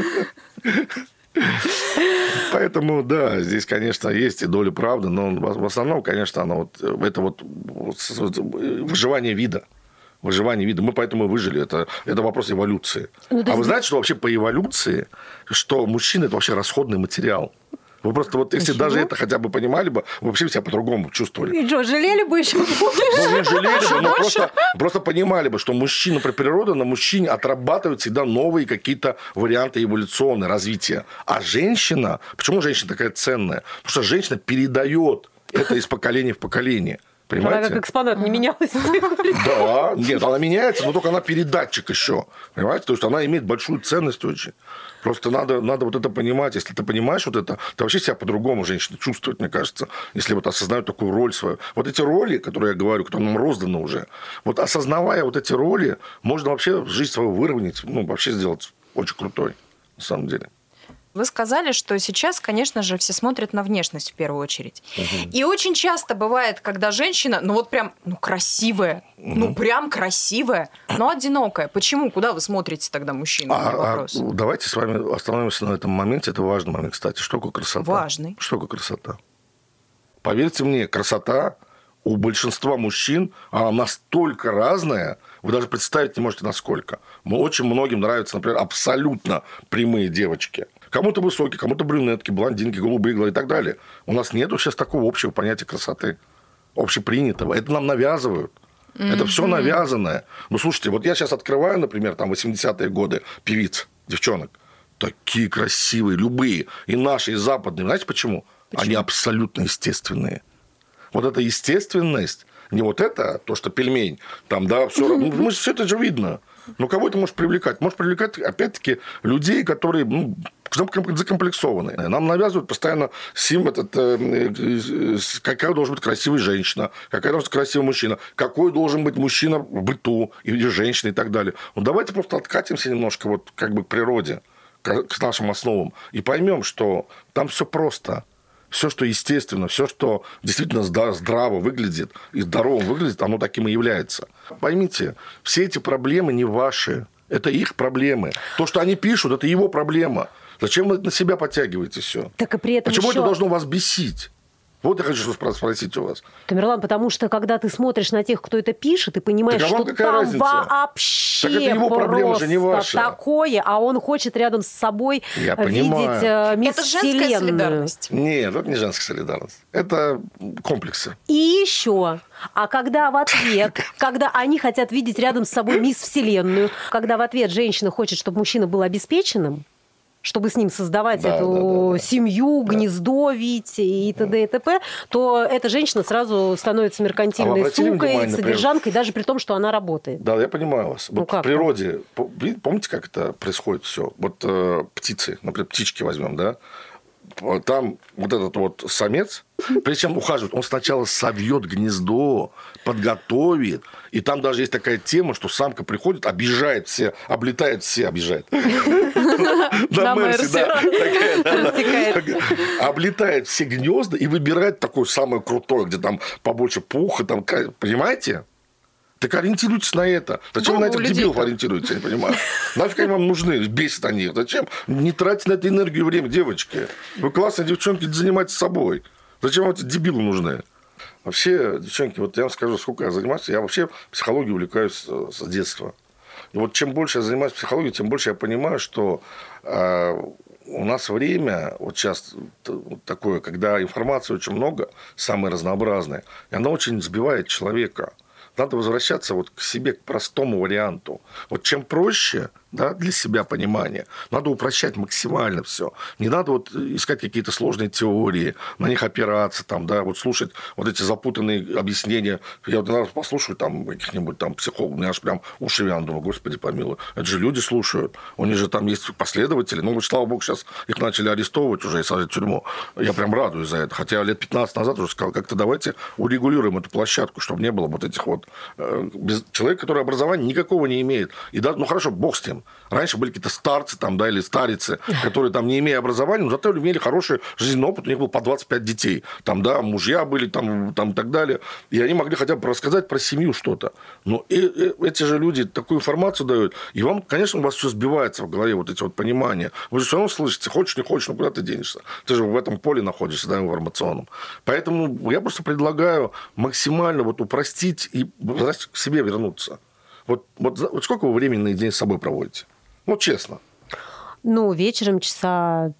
D: Поэтому, да, здесь, конечно, есть и доля правды, но в основном, конечно, оно вот, это вот выживание вида. Выживание вида. Мы поэтому и выжили. Это, это вопрос эволюции. Ну, а вы знаете, что вообще по эволюции, что мужчина – это вообще расходный материал? Вы просто вот, если Почему? даже это хотя бы понимали бы, вы вообще себя по-другому чувствовали.
E: И что, жалели бы еще больше?
D: Ну, не жалели бы, но просто, просто понимали бы, что мужчина, при природе на мужчине отрабатывает всегда новые какие-то варианты эволюционного развития. А женщина, почему женщина такая ценная? Потому что женщина передает это из поколения в поколение. Понимаете?
F: Она как экспонат не менялась.
D: Да, нет, она меняется, но только она передатчик еще. Понимаете? То есть она имеет большую ценность очень. Просто надо, надо вот это понимать. Если ты понимаешь вот это, ты вообще себя по-другому женщина чувствует, мне кажется, если вот осознают такую роль свою. Вот эти роли, которые я говорю, которые нам розданы уже, вот осознавая вот эти роли, можно вообще жизнь свою выровнять, ну, вообще сделать очень крутой, на самом деле.
C: Вы сказали, что сейчас, конечно же, все смотрят на внешность в первую очередь. Угу. И очень часто бывает, когда женщина, ну вот прям, ну красивая, угу. ну прям красивая, но одинокая. Почему? Куда вы смотрите тогда, мужчина?
D: А, вопрос. А, давайте с вами остановимся на этом моменте. Это важный момент, кстати. Что такое красота?
C: Важный.
D: Что такое красота? Поверьте мне, красота у большинства мужчин, она настолько разная, вы даже представить не можете, насколько. Очень многим нравятся, например, абсолютно прямые девочки. Кому-то высокие, кому-то брюнетки, блондинки, голубые глаза и так далее. У нас нет сейчас такого общего понятия красоты, общепринятого. Это нам навязывают. Mm-hmm. Это все навязанное. Ну, слушайте, вот я сейчас открываю, например, там восьмидесятые годы певиц, девчонок. Такие красивые, любые. И наши, и западные. Знаете почему? почему? Они абсолютно естественные. Вот эта естественность, не вот это, то, что пельмень, там, да, все, mm-hmm. ну, все это же видно. Но кого это может привлекать? Может привлекать, опять-таки, людей, которые ну, закомплексованные. Нам навязывают постоянно сим, этот, э, какая должна быть красивая женщина, какая должна быть красивый мужчина, какой должен быть мужчина в быту, или женщина и так далее. Ну, давайте просто откатимся немножко вот, как бы к природе, к, к нашим основам, и поймем, что там все просто. Все, что естественно, все, что действительно здраво выглядит и здорово выглядит, оно таким и является. Поймите, все эти проблемы не ваши. Это их проблемы. То, что они пишут, это его проблема. Зачем вы на себя подтягиваете все?
F: Так и при этом
D: Почему
F: еще...
D: это должно вас бесить? Вот я хочу спросить у вас.
F: Тамерлан, потому что, когда ты смотришь на тех, кто это пишет, ты понимаешь, что там разница? вообще так это его проблема же, не ваша. Такое, а он хочет рядом с собой я видеть э, мисс
C: Это женская
F: Вселенную.
C: солидарность.
D: Нет, это не женская солидарность. Это комплексы.
F: И еще... А когда в ответ, когда они хотят видеть рядом с собой мисс Вселенную, когда в ответ женщина хочет, чтобы мужчина был обеспеченным, чтобы с ним создавать да, эту да, да, да. семью, да. гнездо, видеть и т.д. и т.п., то эта женщина сразу становится меркантильной а сукой, внимание, содержанкой, например... даже при том, что она работает.
D: Да, я понимаю вас.
F: Ну,
D: вот в природе, помните, как это происходит все? Вот э, птицы, например, птички возьмем, да? там вот этот вот самец, прежде чем ухаживать, он сначала совьет гнездо, подготовит. И там даже есть такая тема, что самка приходит, обижает все, облетает все, обижает. На Мерси, да. Облетает все гнезда и выбирает такое самое крутое, где там побольше пуха, там, понимаете? Так ориентируйтесь на это. Зачем вы на этих дебилов ориентируетесь, я не понимаю. Нафиг они вам нужны, бесит они их. Зачем? Не тратьте на это энергию и время, девочки. Вы классные девчонки, занимайтесь собой. Зачем вам эти дебилы нужны? Вообще, девчонки, вот я вам скажу, сколько я занимаюсь. Я вообще психологией увлекаюсь с детства. И вот чем больше я занимаюсь психологией, тем больше я понимаю, что э, у нас время, вот сейчас вот такое, когда информации очень много, самые разнообразные, и она очень сбивает человека. Надо возвращаться вот к себе, к простому варианту. Вот чем проще, да, для себя понимание, надо упрощать максимально все. Не надо вот искать какие-то сложные теории, на них опираться, там, да, вот слушать вот эти запутанные объяснения. Я вот иногда послушаю там каких-нибудь там психологов, у меня аж прям уши вянут, думаю, господи помилуй, это же люди слушают, у них же там есть последователи, ну, вот, слава богу, сейчас их начали арестовывать уже и сажать в тюрьму. Я прям радуюсь за это. Хотя лет пятнадцать назад уже сказал, как-то давайте урегулируем эту площадку, чтобы не было вот этих вот э, без... человека, который образования никакого не имеет. И да, ну, хорошо, бог с тем. Раньше были какие-то старцы там, да, или старицы, которые там, не имея образования, но зато имели хороший жизненный опыт, у них было по двадцать пять детей. Там, да, мужья были там, там и так далее. И они могли хотя бы рассказать про семью что-то. Но и, и, эти же люди такую информацию дают. И вам, конечно, у вас все сбивается в голове, вот эти вот понимания. Вы же все равно слышите, хочешь, не хочешь, ну куда ты денешься? Ты же в этом поле находишься, да, информационном. Поэтому я просто предлагаю максимально вот упростить и к себе вернуться. Вот, вот, вот сколько вы времени наедине с собой проводите? Ну, честно.
F: Ну, вечером часа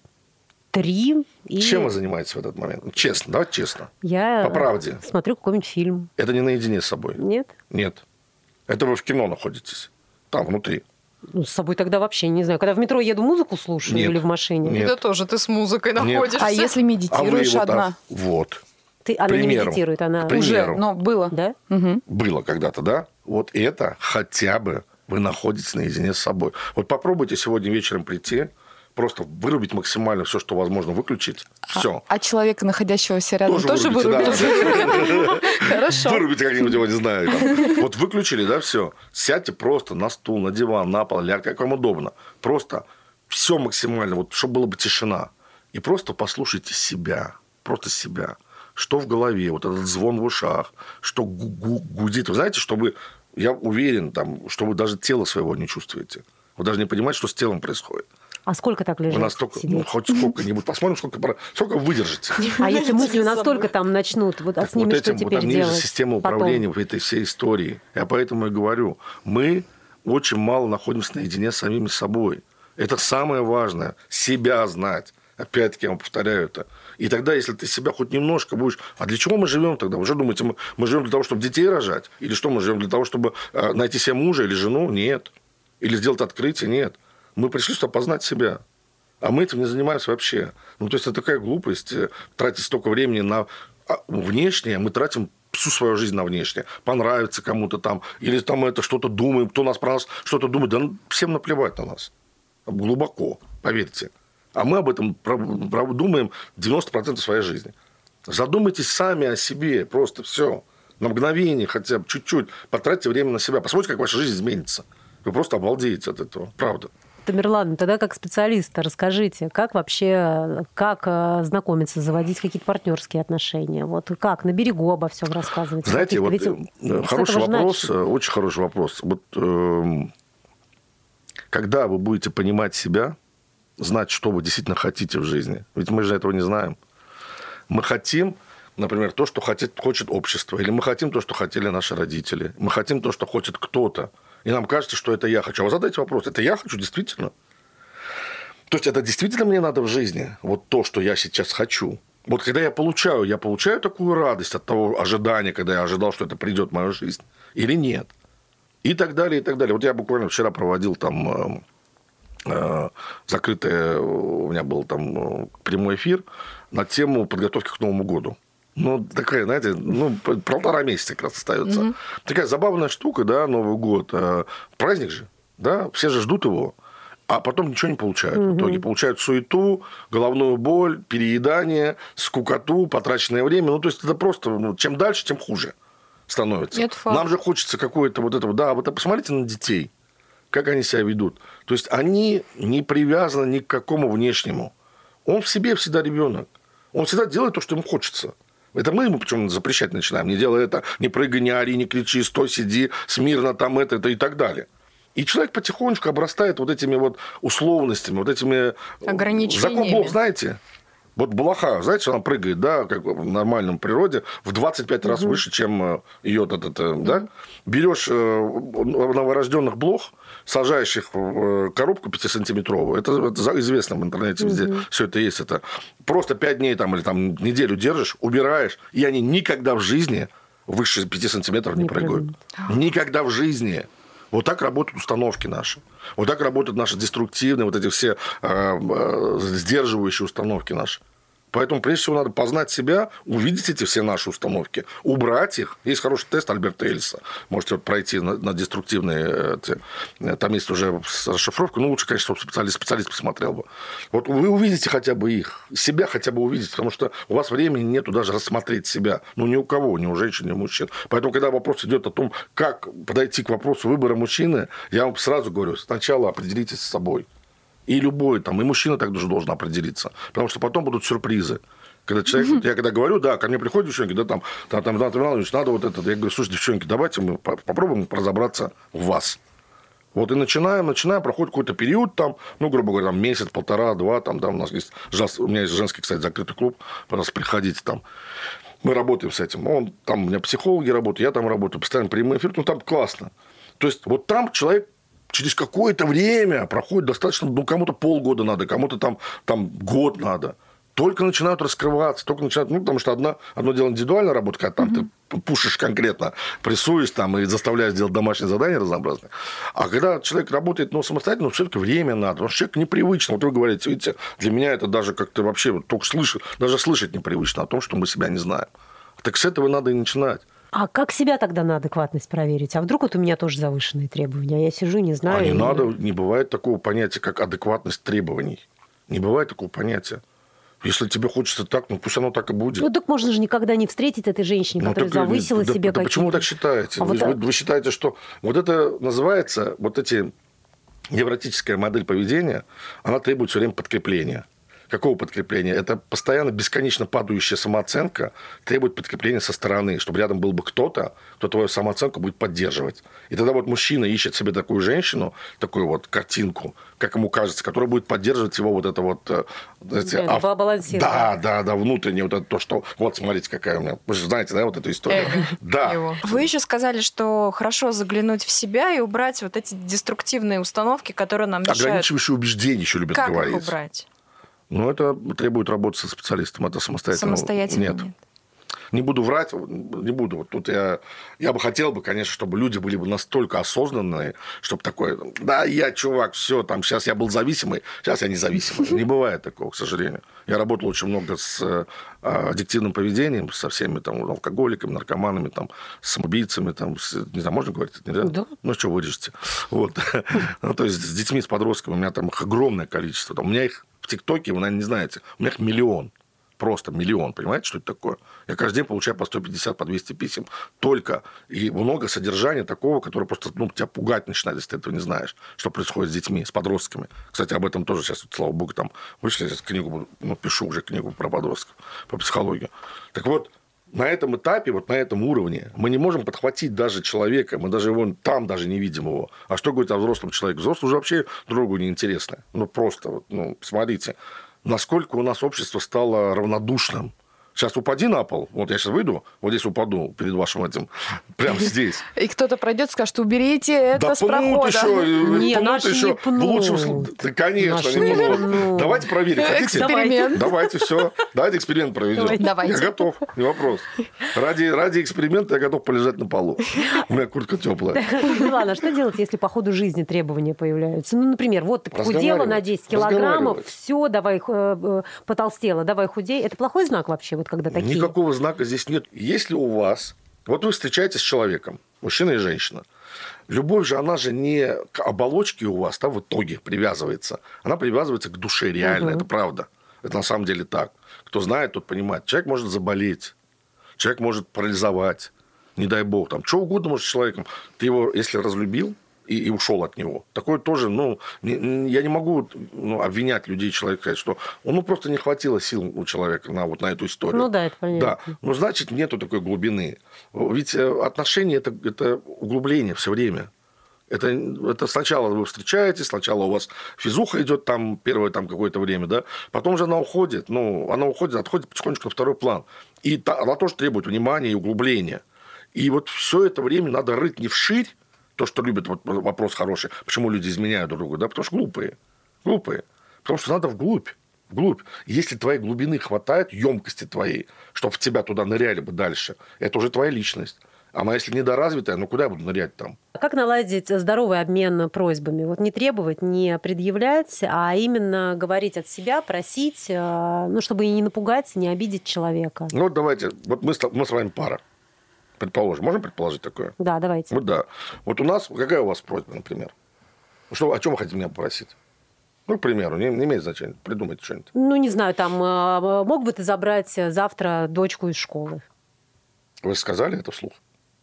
F: три. И...
D: Чем вы занимаетесь в этот момент? Честно, давайте честно.
F: Я
D: по правде.
F: Смотрю какой-нибудь фильм.
D: Это не наедине с собой?
F: Нет.
D: Нет. Это вы в кино находитесь. Там, внутри.
F: Ну, с собой тогда вообще не знаю. Когда в метро еду, музыку слушаю. Нет. Или в машине?
D: Нет.
C: Это тоже ты с музыкой находишься.
B: А если медитируешь
D: а
B: одна?
D: Вот, вот.
F: Ты, она
D: примеру,
F: не медитирует, она...
B: Уже, но было.
F: Да?
B: Угу.
D: Было когда-то, да? Вот это хотя бы вы находитесь наедине с собой. Вот попробуйте сегодня вечером прийти, просто вырубить максимально все, что возможно, выключить. Все.
B: А, а человека, находящегося рядом, тоже, тоже
D: вырубите?
B: вырубите? Хорошо.
D: Вырубите как-нибудь его, не знаю. Вот выключили, да, все. Сядьте просто на стул, на диван, на пол, ляг, как вам удобно. Просто все максимально, вот, чтобы была бы тишина. И просто послушайте себя. Просто себя. Что в голове, вот этот звон в ушах, что гудит. Вы знаете, чтобы... Я уверен, там, что вы даже тело своего не чувствуете. Вы даже не понимаете, что с телом происходит.
F: А сколько так лежит?
D: Вы настолько, ну, хоть сколько-нибудь. Посмотрим, сколько, сколько выдержите.
F: А если мысли настолько там начнут, вот, а с ними
D: вот
F: что
D: этим,
F: теперь
D: вот,
F: делать?
D: Есть же система управления в этой всей истории. Я поэтому и говорю, мы очень мало находимся наедине с самими собой. Это самое важное. Себя знать. Опять-таки, я вам повторяю это. И тогда, если ты себя хоть немножко будешь... А для чего мы живем тогда? Вы же думаете, мы, мы живем для того, чтобы детей рожать? Или что, мы живем для того, чтобы э, найти себе мужа или жену? Нет. Или сделать открытие? Нет. Мы пришли, чтобы познать себя. А мы этим не занимаемся вообще. Ну, то есть, это такая глупость. Тратить столько времени на внешнее. Мы тратим всю свою жизнь на внешнее. Понравится кому-то там. Или там это что-то думаем. Кто нас про нас что-то думает. Да всем наплевать на нас. Глубоко. Поверьте. А мы об этом думаем девяносто процентов своей жизни. Задумайтесь сами о себе. Просто все. На мгновение хотя бы чуть-чуть. Потратьте время на себя. Посмотрите, как ваша жизнь изменится. Вы просто обалдеете от этого. Правда.
F: Тамерлан, ну тогда как специалиста расскажите, как вообще, как знакомиться, заводить какие-то партнерские отношения? Вот как на берегу обо всем рассказывать?
D: Знаете, вот
F: ведь
D: хороший вопрос, начать. Очень хороший вопрос. Вот э, когда вы будете понимать себя, знать, что вы действительно хотите в жизни. Ведь мы же этого не знаем. Мы хотим, например, то, что хочет, хочет общество. Или мы хотим то, что хотели наши родители. Мы хотим то, что хочет кто-то. И нам кажется, что это я хочу. А вы задайте вопрос, это я хочу действительно? То есть, это действительно мне надо в жизни? Вот то, что я сейчас хочу. Вот когда я получаю, я получаю такую радость от того ожидания, когда я ожидал, что это придет в мою жизнь. Или нет? И так далее, и так далее. Вот я буквально вчера проводил там... закрытый, у меня был там прямой эфир на тему подготовки к Новому году. Ну, такая, знаете, ну, полтора месяца как раз остается. Mm-hmm. Такая забавная штука, да, Новый год. Праздник же, да, все же ждут его. а потом ничего не получают. Угу. В итоге получают суету, головную боль, переедание, скукоту, потраченное время. Ну, то есть, это просто, ну, чем дальше, тем хуже становится. Нам же хочется какое-то вот этого... Да, вот посмотрите на детей, как они себя ведут. То есть, они не привязаны ни к какому внешнему. Он в себе всегда ребенок. Он всегда делает то, что ему хочется. Это мы ему причем запрещать начинаем. Не делай это, не прыгай, не ори, не кричи, стой, сиди, смирно, там это, это и так далее. И человек потихонечку обрастает вот этими вот условностями, вот этими...
C: ограничениями.
D: Закон Бог, знаете? Вот блоха, знаете, что она прыгает, да, как в нормальном природе, в двадцать пять раз угу. выше, чем ее, это, это, да? Угу. Берешь новорожденных блох, сажаешь их в коробку пятисантиметровую. Это, это известно в интернете, везде угу. все это есть. Это просто пять дней там, или там, неделю держишь, убираешь, и они никогда в жизни выше пяти сантиметров не, не прыгают. прыгают. Никогда в жизни. Вот так работают установки наши. Вот так работают наши деструктивные, вот эти все э, э, сдерживающие установки наши. Поэтому, прежде всего, надо познать себя, увидеть эти все наши установки, убрать их. Есть хороший тест Альберта Эллиса. Можете вот пройти на, на деструктивные... Эти, там есть уже расшифровка. Ну, лучше, конечно, чтобы специалист, специалист посмотрел бы. Вот вы увидите хотя бы их. Себя хотя бы увидите. Потому что у вас времени нету даже рассмотреть себя. Ну, ни у кого, ни у женщин, ни у мужчин. Поэтому, когда вопрос идет о том, как подойти к вопросу выбора мужчины, я вам сразу говорю, сначала определитесь с собой. И любой, там, и мужчина так тоже должен определиться. Потому что потом будут сюрпризы. Когда человек, mm-hmm. я когда говорю, да, ко мне приходят девчонки, да, там, там, там, там, надо вот это. Я говорю, слушай, девчонки, давайте мы попробуем разобраться в вас. Вот и начинаем, начинаем, проходит какой-то период, там, ну, грубо говоря, там, месяц, полтора, два, там, да, у нас есть, у меня есть женский, кстати, закрытый клуб, пожалуйста, приходите там. Мы работаем с этим. Он, там у меня психологи работают, я там работаю, постоянно прямой эфир, ну, там классно. То есть, вот там человек через какое-то время проходит достаточно, ну, кому-то полгода надо, кому-то там, там год надо. Только начинают раскрываться, только начинают... Ну, потому что одна, одно дело индивидуальная работа, когда там mm-hmm. ты пушишь конкретно, прессуешь там и заставляешь делать домашние задания разнообразные. А когда человек работает, ну, самостоятельно, ну, все-таки время надо. Потому что человек непривычно. Вот вы говорите, видите, для меня это даже как-то вообще вот, только слышать, даже слышать непривычно о том, что мы себя не знаем. Так с этого надо и начинать.
F: А как себя тогда на адекватность проверить? А вдруг вот у меня тоже завышенные требования? А я сижу, не знаю.
D: А не
F: и...
D: надо, не бывает такого понятия, как адекватность требований. Не бывает такого понятия. Если тебе хочется так, ну пусть оно так и будет.
F: Ну так можно же никогда не встретить этой женщине, ну, которая так, завысила
D: да,
F: себе
D: да,
F: какие-то...
D: Почему вы так считаете?
F: А
D: вы,
F: вот...
D: вы, вы считаете, что вот это называется, вот эти невротическая модель поведения, она требует все время подкрепления. Какого подкрепления? Это постоянно бесконечно падающая самооценка требует подкрепления со стороны, чтобы рядом был бы кто-то, кто твою самооценку будет поддерживать. И тогда вот мужчина ищет себе такую женщину, такую вот картинку, как ему кажется, которая будет поддерживать его вот это вот... Эти,
F: да, ав... балансировать.
D: Да, да, да, внутреннее вот это то, что... Вот, смотрите, какая у меня... Вы же знаете, да, вот эту историю? Да.
C: Вы еще сказали, что хорошо заглянуть в себя и убрать вот эти деструктивные установки, которые нам мешают.
D: Ограничивающие убеждения еще любят говорить.
C: Как их убрать?
D: Ну, это требует работы со специалистом, это самостоятельно.
C: Самостоятельно нет.
D: нет. Не буду врать, не буду. Вот тут я, я бы хотел бы, конечно, чтобы люди были бы настолько осознанные, чтобы такое, да, я, чувак, все, там, сейчас я был зависимый, сейчас я независимый. Не бывает такого, к сожалению. Я работал очень много с аддиктивным поведением, со всеми там алкоголиками, наркоманами, там, с самоубийцами, там, с, не знаю, можно говорить? Нельзя? Да. Ну, что, вырежете. Вот. Ну, то есть, с детьми, с подростками, у меня там их огромное количество. У меня их в ТикТоке, вы, наверное, не знаете, у меня их миллион. Просто миллион, понимаете, что это такое? Я каждый день получаю по сто пятьдесят, по двести писем. Только. И много содержания такого, которое просто, ну, тебя пугать начинает, если ты этого не знаешь, что происходит с детьми, с подростками. Кстати, об этом тоже сейчас, слава богу, там вышли, я сейчас книгу, ну, пишу уже книгу про подростков, по психологии. Так вот, на этом этапе, вот на этом уровне мы не можем подхватить даже человека, мы даже его там даже не видим его. А что говорить о взрослом человеке? Взрослый уже вообще другу неинтересно. Ну, просто, вот, ну, смотрите, насколько у нас общество стало равнодушным. Сейчас упади на пол, вот я сейчас выйду, вот здесь упаду перед вашим этим, прямо здесь.
B: И кто-то пройдет и скажет, уберите это да с прохода.
F: Еще,
B: не,
F: наши
B: еще.
F: Не пнут.
B: В
F: лучшем случае,
D: да, конечно,
F: наши
D: не
F: пнут.
D: пнут. Давайте проверим. Хотите?
B: Эксперимент.
D: Давайте, все. Давайте эксперимент проведем.
B: Давайте.
D: Я готов, не вопрос. Ради, ради эксперимента я готов полежать на полу. У меня куртка теплая.
F: Ладно, что делать, если по ходу жизни требования появляются? Ну, например, вот ты похудела на десять килограммов, все, давай потолстела, давай худей. Это плохой знак вообще, вот когда такие?
D: Никакого знака здесь нет. Если у вас... Вот вы встречаетесь с человеком, Мужчина и женщина. Любовь же, она же не к оболочке у вас, да, в итоге привязывается. Она привязывается к душе, реально, угу. Это правда. Это на самом деле так. Кто знает, тот понимает. Человек может заболеть, человек может парализовать, не дай бог. Там, что угодно может с человеком. Ты его, если разлюбил, И, и ушел от него. Такое тоже, ну, не, я не могу ну, обвинять людей, человека, сказать, что ну, просто не хватило сил у человека на, вот, на эту историю.
F: Ну да, это понятно.
D: Да, но значит, нету такой глубины. Ведь отношения это, – это углубление все время. Это, это сначала вы встречаетесь, сначала у вас физуха идет там первое там, какое-то время, да, потом же она уходит, ну, она уходит, отходит потихонечку на второй план. И та, она тоже требует внимания и углубления. И вот все это время надо рыть не вширь, то, что любят, вот вопрос хороший, почему люди изменяют друг другу, да, потому что глупые, глупые, потому что надо вглубь, вглубь. Если твоей глубины хватает, емкости твоей, чтобы в тебя туда ныряли бы дальше, это уже твоя личность. Она, если недоразвитая, ну куда я буду нырять там?
F: Как наладить здоровый обмен просьбами? Вот не требовать, не предъявлять, а именно говорить от себя, просить, ну, чтобы не напугать, не обидеть человека.
D: Ну, вот давайте, вот мы с, мы с вами пара. Предположим. Можем предположить такое?
F: Да, давайте.
D: Вот да. Вот у нас, какая у вас просьба, например? Что, о чем вы хотите меня попросить? Ну, к примеру, не, не имеет значения. Придумайте что-нибудь.
F: Ну, не знаю, там, мог бы ты забрать завтра дочку из школы?
D: Вы сказали это вслух?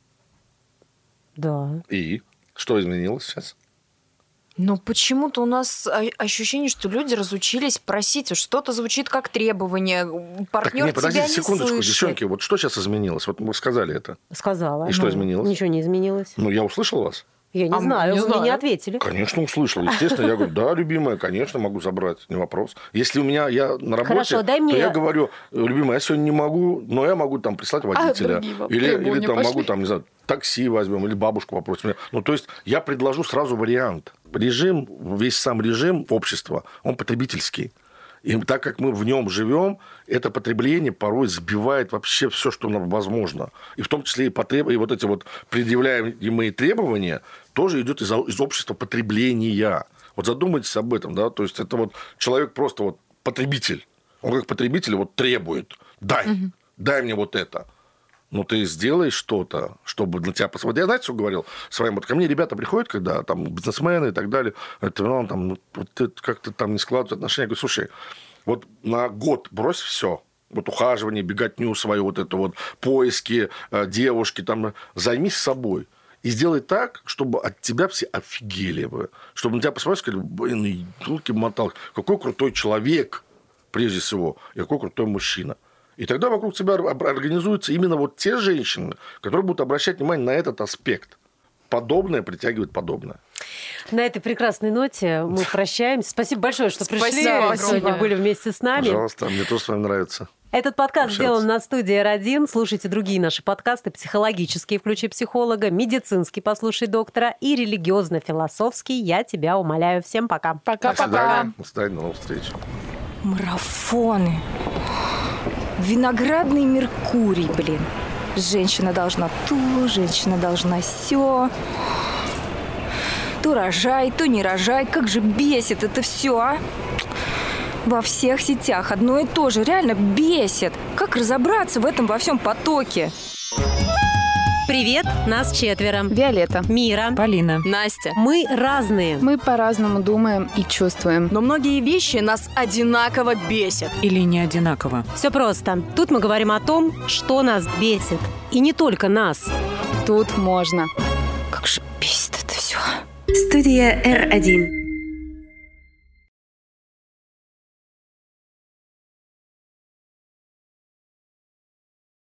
F: Да.
D: И? Что изменилось сейчас?
C: Но почему-то у нас ощущение, что люди разучились просить. Что-то звучит как требование. Партнер
D: так, нет,
C: тебя не
D: секундочку,
C: слышит.
D: Девчонки, вот что сейчас изменилось? Вот вы сказали это.
F: Сказала.
D: И
F: ну,
D: что изменилось?
F: Ничего не изменилось.
D: Ну, я услышал вас.
F: Я не
C: а
F: знаю,
C: не
F: вы
C: знаю.
F: мне не ответили.
D: Конечно, услышал. Естественно, я говорю, да, любимая, конечно, могу забрать, не вопрос. Если у меня, я на работе,
F: Хорошо, дай мне...
D: то я говорю, любимая, я сегодня не могу, но я могу там прислать водителя. А, или или там пошли. Могу, там, не знаю, такси возьмем, или бабушку попросим. Ну, то есть, я предложу сразу вариант. Режим, весь сам режим общества, он потребительский. И так как мы в нем живем, это потребление порой сбивает вообще все, что нам возможно. И в том числе и, потреб... и вот эти вот предъявляемые требования тоже идет из, из общества потребления. Вот задумайтесь об этом, да, то есть это вот человек просто вот потребитель. Он как потребитель вот требует. Дай, угу. дай мне вот это. Ну, ты сделай что-то, чтобы на тебя посмотреть. Я, знаете, что говорил своим? Вот ко мне ребята приходят, когда там бизнесмены и так далее. Это, ну, там, ну, вот, как-то там не складывают отношения. Я говорю, слушай, вот на год брось все. Вот ухаживание, беготню свою, вот это вот поиски э, девушки, там, займись собой. И сделай так, чтобы от тебя все офигели бы. Чтобы на тебя посмотрели и сказали, блин, елки-моталки, какой крутой человек, прежде всего, и какой крутой мужчина. И тогда вокруг тебя организуются именно вот те женщины, которые будут обращать внимание на этот аспект. Подобное притягивает подобное.
F: На этой прекрасной ноте мы прощаемся. Спасибо большое, что
C: Спасибо
F: пришли.
C: огромное.
F: Сегодня были вместе с нами.
D: Пожалуйста, мне тоже с вами нравится.
F: Этот подкаст
D: Общаться.
F: сделан на студии эр один. Слушайте другие наши подкасты: психологические «Включи психолога», медицинский «Послушай доктора» и религиозно-философский «Я тебя умоляю». Всем пока.
B: Пока-пока.
D: До свидания, до новых встреч.
E: Марафоны. Виноградный Меркурий, блин. Женщина должна то, женщина должна сё. То рожай, то не рожай. Как же бесит это все, а? Во всех сетях одно и то же. Реально бесит. Как разобраться в этом во всем потоке?
F: Привет, нас четверо.
B: Виолетта.
F: Мира.
A: Полина.
C: Настя.
F: Мы разные.
B: Мы по-разному думаем и чувствуем.
C: Но многие вещи нас одинаково бесят.
A: Или не одинаково.
F: Все просто. Тут мы говорим о том, что нас бесит. И не только нас.
B: Тут можно.
E: Как же бесит это все.
G: Студия эр один.